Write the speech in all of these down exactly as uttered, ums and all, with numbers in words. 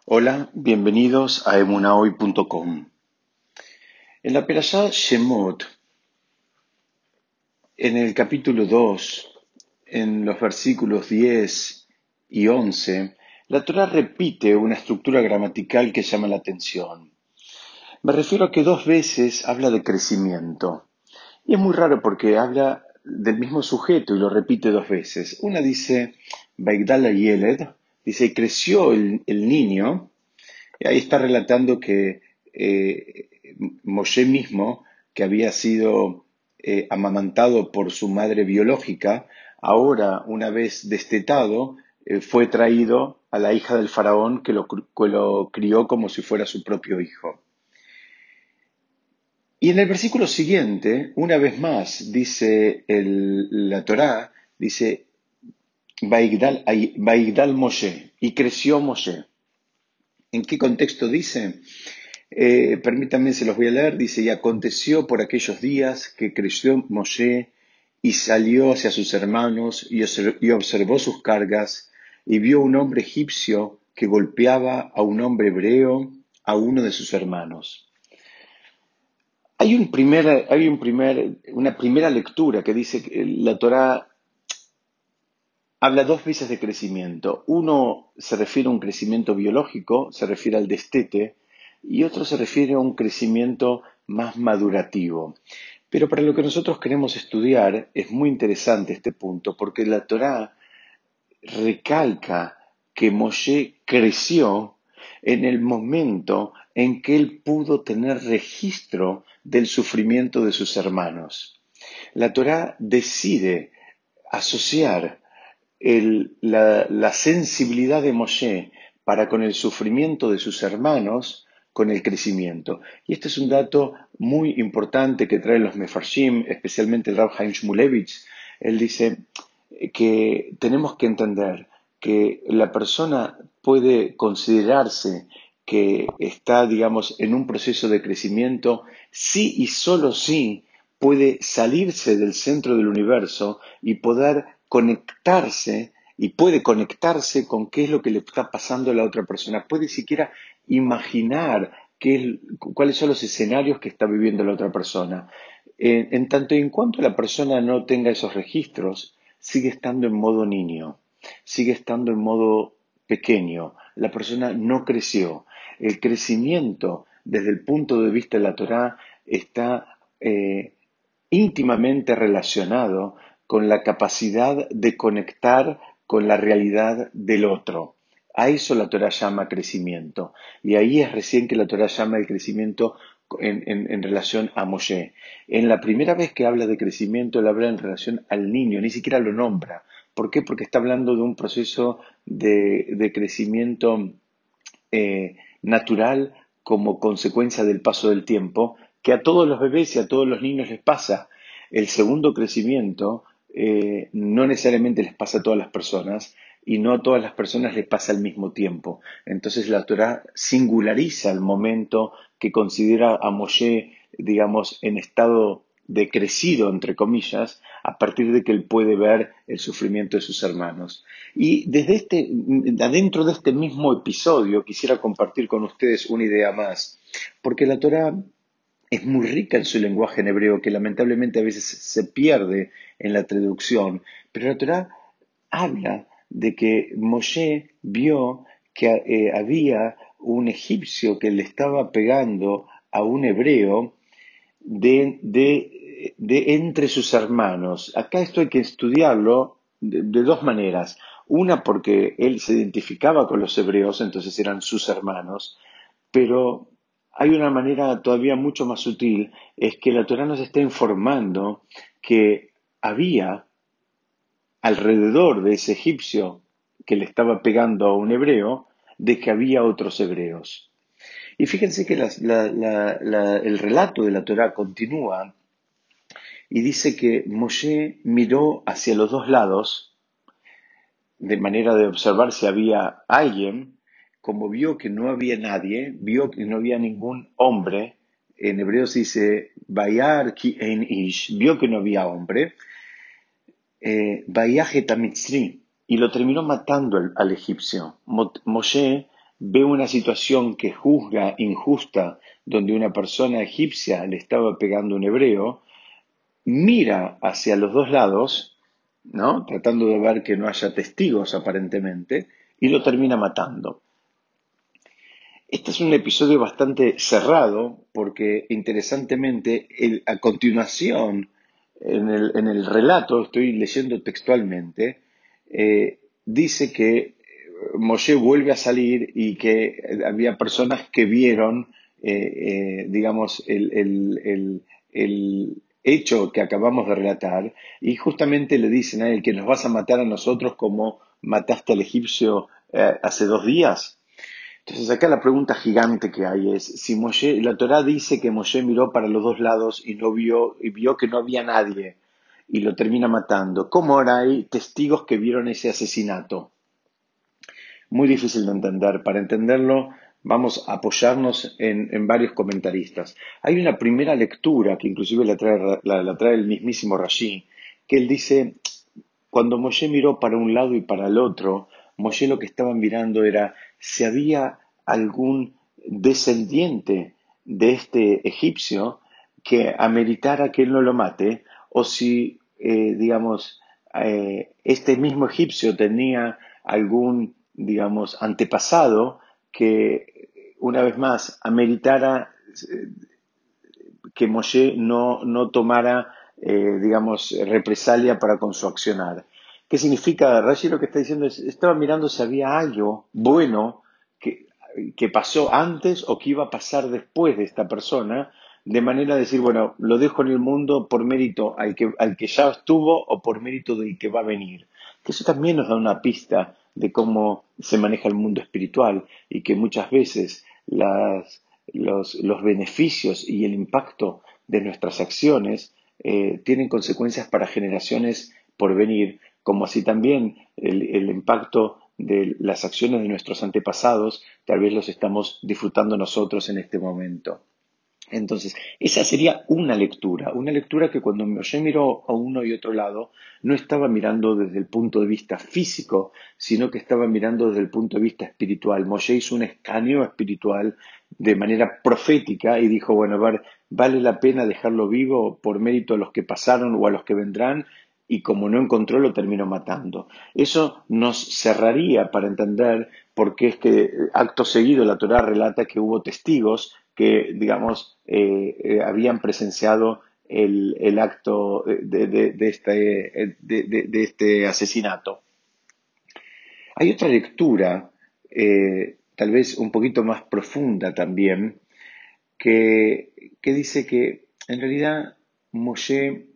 Hola, bienvenidos a emunahoy punto com. En la Perashá Shemot, en el capítulo dos, en los versículos diez y once, la Torá repite una estructura gramatical que llama la atención. Me refiero a que dos veces habla de crecimiento. Y es muy raro porque habla del mismo sujeto y lo repite dos veces. Una dice, Baigdal Yeled, dice, creció el, el niño. Y ahí está relatando que eh, Moshe mismo, que había sido eh, amamantado por su madre biológica, ahora, una vez destetado, eh, fue traído a la hija del faraón que lo, que lo crió como si fuera su propio hijo. Y en el versículo siguiente, una vez más, dice el, la Torá, dice, Baigdal, Baigdal Moshe, y creció Moshe. ¿En qué contexto dice? Eh, permítanme, se los voy a leer. Dice, y aconteció por aquellos días que creció Moshe y salió hacia sus hermanos y observó sus cargas y vio un hombre egipcio que golpeaba a un hombre hebreo, a uno de sus hermanos. Hay, un primer, hay un primer, una primera lectura que dice que la Torá habla dos veces de crecimiento. Uno se refiere a un crecimiento biológico, se refiere al destete, y otro se refiere a un crecimiento más madurativo. Pero para lo que nosotros queremos estudiar es muy interesante este punto, porque la Torá recalca que Moshe creció en el momento en que él pudo tener registro del sufrimiento de sus hermanos. La Torá decide asociar el- la, la sensibilidad de Moshe para con el sufrimiento de sus hermanos con el crecimiento. Y este es un dato muy importante que traen los Mefarshim, especialmente el Rav Chaim Shmulevitz. Él dice que tenemos que entender que la persona puede considerarse que está, digamos, en un proceso de crecimiento si y solo si puede salirse del centro del universo y poder conectarse y puede conectarse con qué es lo que le está pasando a la otra persona. Puede siquiera imaginar qué es, cuáles son los escenarios que está viviendo la otra persona. En, en tanto y en cuanto la persona no tenga esos registros, sigue estando en modo niño, sigue estando en modo pequeño. La persona no creció. El crecimiento, desde el punto de vista de la Torá, está eh, íntimamente relacionado con la capacidad de conectar con la realidad del otro. A eso la Torah llama crecimiento. Y ahí es recién que la Torah llama el crecimiento en, en, en relación a Moshe. En la primera vez que habla de crecimiento, él habla en relación al niño, ni siquiera lo nombra. ¿Por qué? Porque está hablando de un proceso de, de crecimiento eh, natural como consecuencia del paso del tiempo, que a todos los bebés y a todos los niños les pasa. El segundo crecimiento eh, no necesariamente les pasa a todas las personas y no a todas las personas les pasa al mismo tiempo. Entonces la Torah singulariza el momento que considera a Moshe, digamos, en estado de crecido, entre comillas, a partir de que él puede ver el sufrimiento de sus hermanos. Y desde este, adentro de este mismo episodio, quisiera compartir con ustedes una idea más, porque la Torá es muy rica en su lenguaje en hebreo, que lamentablemente a veces se pierde en la traducción, pero la Torá habla de que Moshe vio que eh, había un egipcio que le estaba pegando a un hebreo de, de, de entre sus hermanos. Acá esto hay que estudiarlo de, de dos maneras. Una porque él se identificaba con los hebreos, entonces eran sus hermanos, pero hay una manera todavía mucho más sutil, es que la Torá nos está informando que había alrededor de ese egipcio que le estaba pegando a un hebreo, de que había otros hebreos. Y fíjense que las- la- la- la- el relato de la Torá continúa y dice que Moshe miró hacia los dos lados de manera de observar si había alguien. Como vio que no había nadie, vio que no había ningún hombre, en hebreo se dice Bayar ki ein ish, vio que no había hombre, eh, Bayaj et Mitzri, y lo terminó matando al, al egipcio. Mo- Moshe ve una situación que juzga injusta, donde una persona egipcia le estaba pegando a un hebreo, mira hacia los dos lados, ¿no? Tratando de ver que no haya testigos aparentemente, y lo termina matando. Este es un episodio bastante cerrado porque interesantemente el- a continuación en el, en el relato, estoy leyendo textualmente, eh, dice que Moshe vuelve a salir y que había personas que vieron, eh, eh, digamos, el, el- el- el hecho que acabamos de relatar y justamente le dicen a él que nos vas a matar a nosotros como mataste al egipcio eh, hace dos días. Entonces acá la pregunta gigante que hay es, si Moshe, la Torá dice que Moshe miró para los dos lados y no vio, y vio que no había nadie y lo termina matando, ¿cómo ahora hay testigos que vieron ese asesinato? Muy difícil de entender. Para entenderlo, vamos a apoyarnos en, en varios comentaristas. Hay una primera lectura que inclusive la trae, la, la trae el mismísimo Rashi, que él dice, cuando Moshe miró para un lado y para el otro, Moshe lo que estaba mirando era si había algún descendiente de este egipcio que ameritara que él no lo mate, o si, eh, digamos, eh, este mismo egipcio tenía algún, digamos, antepasado que, una vez más, ameritara eh, que Moshe no, no tomara, eh, digamos, represalia para con su accionar. ¿Qué significa? Rashi lo que está diciendo es, estaba mirando si había algo bueno que, que pasó antes o que iba a pasar después de esta persona, de manera de decir, bueno, lo dejo en el mundo por mérito al que, al que ya estuvo o por mérito del que va a venir. Que eso también nos da una pista de cómo se maneja el mundo espiritual y que muchas veces las, los, los beneficios y el impacto de nuestras acciones eh, tienen consecuencias para generaciones por venir, como así también el, el impacto de las acciones de nuestros antepasados tal vez los estamos disfrutando nosotros en este momento. Entonces, esa sería una lectura, una lectura que cuando Moshe miró a uno y otro lado, no estaba mirando desde el punto de vista físico, sino que estaba mirando desde el punto de vista espiritual. Moshe hizo un escaneo espiritual de manera profética y dijo, bueno, a ver, vale la pena dejarlo vivo por mérito a los que pasaron o a los que vendrán, y como no encontró, lo terminó matando. Eso nos cerraría para entender por qué es que acto seguido la Torá relata que hubo testigos que, digamos, eh, eh, habían presenciado el, el acto de, de- de este, de- de- de este asesinato. Hay otra lectura, eh, tal vez un poquito más profunda también, que, que dice que en realidad Moshe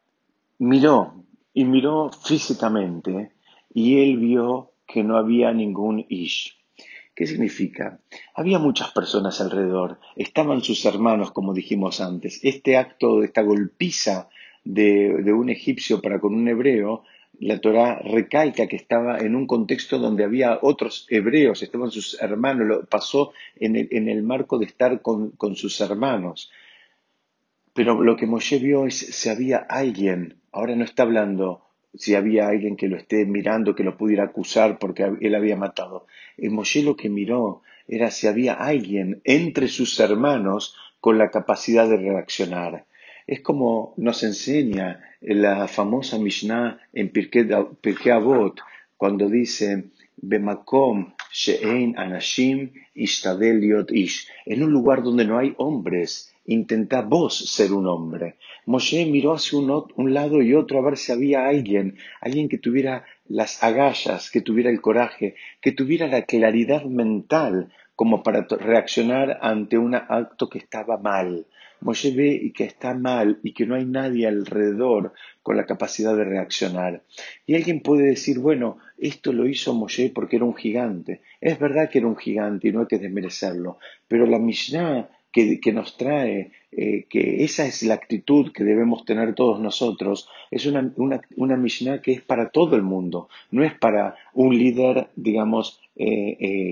miró y miró físicamente y él vio que no había ningún Ish. ¿Qué significa? Había muchas personas alrededor, estaban sus hermanos, como dijimos antes. Este acto, esta golpiza de, de un egipcio para con un hebreo, la Torá recalca que estaba en un contexto donde había otros hebreos, estaban sus hermanos, lo pasó en el, en el marco de estar con, con sus hermanos. Pero lo que Moshe vio es si había alguien, ahora no está hablando si había alguien que lo esté mirando, que lo pudiera acusar porque él había matado. Y Moshe lo que miró era si había alguien entre sus hermanos con la capacidad de reaccionar. Es como nos enseña la famosa Mishnah en Pirkei, Pirkei Avot, cuando dice, Bemakom she'ein anashim ishtadel liot ish. En un lugar donde no hay hombres, intenta vos ser un hombre. Moshe miró hacia un, un lado y otro a ver si había alguien, alguien que tuviera las agallas, que tuviera el coraje, que tuviera la claridad mental como para reaccionar ante un acto que estaba mal. Moshe ve y que está mal y que no hay nadie alrededor con la capacidad de reaccionar. Y alguien puede decir, bueno, esto lo hizo Moshe porque era un gigante. Es verdad que era un gigante y no hay que desmerecerlo, pero la Mishnah que, que nos trae eh, que esa es la actitud que debemos tener todos nosotros, es una, una, una Mishnah que es para todo el mundo, no es para un líder, digamos, eh, eh,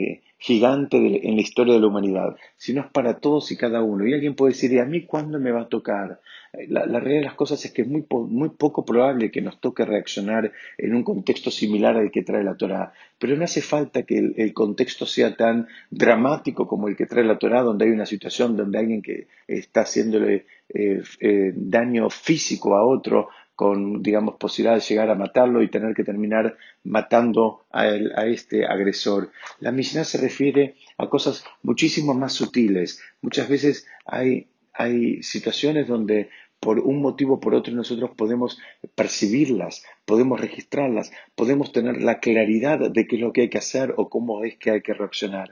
gigante de- en la historia de la humanidad, sino es para todos y cada uno. Y alguien puede decir, ¿y a mí cuándo me va a tocar? Eh, La, la realidad de las cosas es que es muy, po- muy poco probable que nos toque reaccionar en un contexto similar al que trae la Torá. Pero no hace falta que el, el contexto sea tan dramático como el que trae la Torá, donde hay una situación donde alguien que está haciéndole eh, eh, daño físico a otro, con, digamos, posibilidad de llegar a matarlo y tener que terminar matando a, el- a este agresor. La Mishnah se refiere a cosas muchísimo más sutiles. Muchas veces hay, hay situaciones donde por un motivo o por otro nosotros podemos percibirlas, podemos registrarlas, podemos tener la claridad de qué es lo que hay que hacer o cómo es que hay que reaccionar.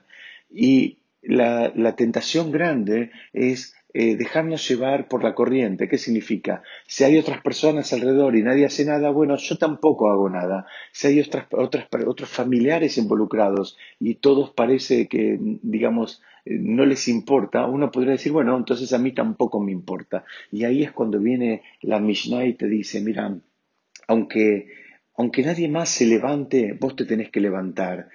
Y la, la tentación grande es eh, dejarnos llevar por la corriente. ¿Qué significa? Si hay otras personas alrededor y nadie hace nada, bueno, yo tampoco hago nada. Si hay otras, otras, otros familiares involucrados y todos parece que, digamos, eh, no les importa, uno podría decir, bueno, entonces a mí tampoco me importa. Y ahí es cuando viene la Mishnah y te dice, mira, aunque, aunque nadie más se levante, vos te tenés que levantar.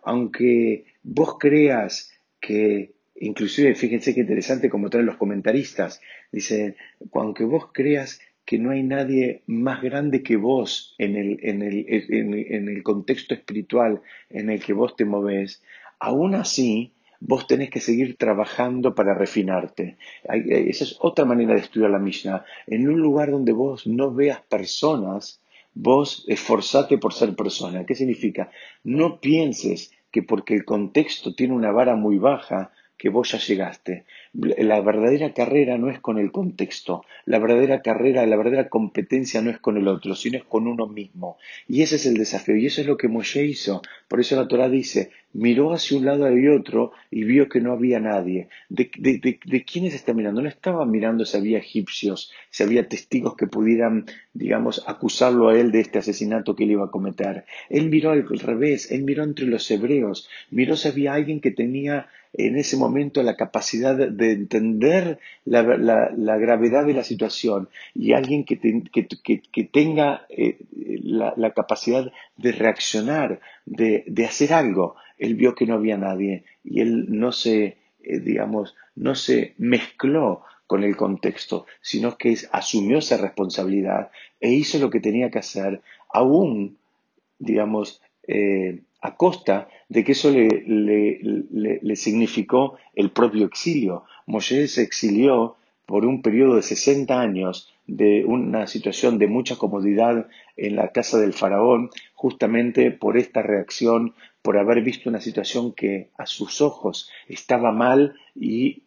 Aunque vos creas que, inclusive, fíjense qué interesante como traen los comentaristas, dicen, aunque vos creas que no hay nadie más grande que vos en el, en el, en el, en el contexto espiritual en el que vos te movés, aún así vos tenés que seguir trabajando para refinarte. Hay- Esa es otra manera de estudiar la Mishnah. En un lugar donde vos no veas personas, vos esforzate por ser persona. ¿Qué significa? No pienses que porque el contexto tiene una vara muy baja, que vos ya llegaste. La verdadera carrera no es con el contexto. La verdadera carrera, la verdadera competencia no es con el otro, sino es con uno mismo. Y ese es el desafío. Y eso es lo que Moshe hizo. Por eso la Torah dice, miró hacia un lado y otro y vio que no había nadie. ¿De, de, de, de quiénes está mirando? No estaba mirando si había egipcios, si había testigos que pudieran, digamos, acusarlo a él de este asesinato que él iba a cometer. Él miró al revés, él miró entre los hebreos, miró si había alguien que tenía en ese momento la capacidad de entender la, la, la gravedad de la situación y alguien que, te, que, que, que tenga eh, la, la, capacidad de reaccionar, de, de, hacer algo. Él vio que no había nadie y él no se, eh, digamos, no se mezcló con el contexto, sino que asumió esa responsabilidad e hizo lo que tenía que hacer, aún, digamos, eh, a costa de que eso le, le, le, le significó el propio exilio. Moshe se exilió por un periodo de sesenta años de una situación de mucha comodidad en la casa del faraón, justamente por esta reacción, por haber visto una situación que a sus ojos estaba mal y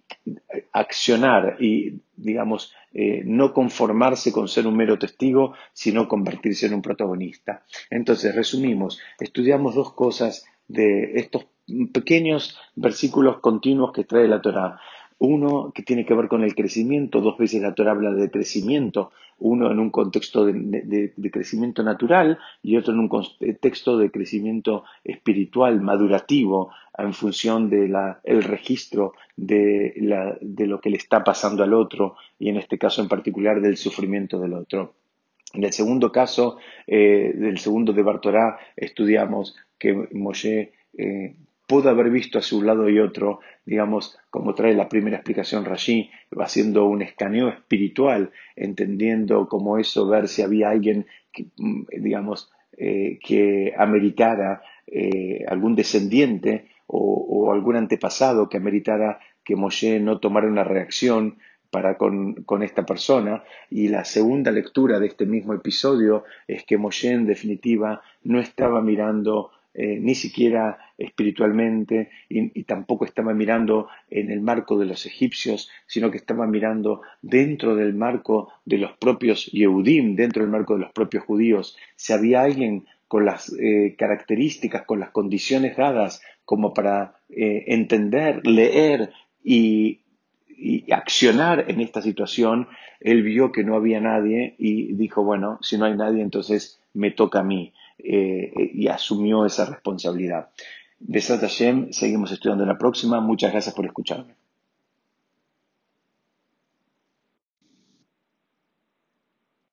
accionar y, digamos, eh, no conformarse con ser un mero testigo, sino convertirse en un protagonista. Entonces, resumimos, estudiamos dos cosas de estos pequeños versículos continuos que trae la Torá. Uno que tiene que ver con el crecimiento, dos veces la Torá habla de crecimiento, uno en un contexto de, de, de crecimiento natural y otro en un contexto de crecimiento espiritual, madurativo, en función del registro de, la, de lo que le está pasando al otro y en este caso en particular del sufrimiento del otro. En el segundo caso, eh, del segundo de Bartorá, estudiamos que Moshe eh, pudo haber visto hacia un lado y otro, digamos, como trae la primera explicación Rashi, haciendo un escaneo espiritual, entendiendo como eso, ver si había alguien, que, digamos, eh, que ameritara eh, algún descendiente o, o algún antepasado que ameritara que Moshe no tomara una reacción para con, con esta persona. Y la segunda lectura de este mismo episodio es que Moshe en definitiva no estaba mirando eh, ni siquiera espiritualmente y, y tampoco estaba mirando en el marco de los egipcios, sino que estaba mirando dentro del marco de los propios Yehudim, dentro del marco de los propios judíos. Si había alguien con las eh, características, con las condiciones dadas como para eh, entender, leer y y accionar en esta situación, él vio que no había nadie y dijo, bueno, si no hay nadie, entonces me toca a mí. Eh, y asumió esa responsabilidad. Besat Hashem, seguimos estudiando en la próxima. Muchas gracias por escucharme.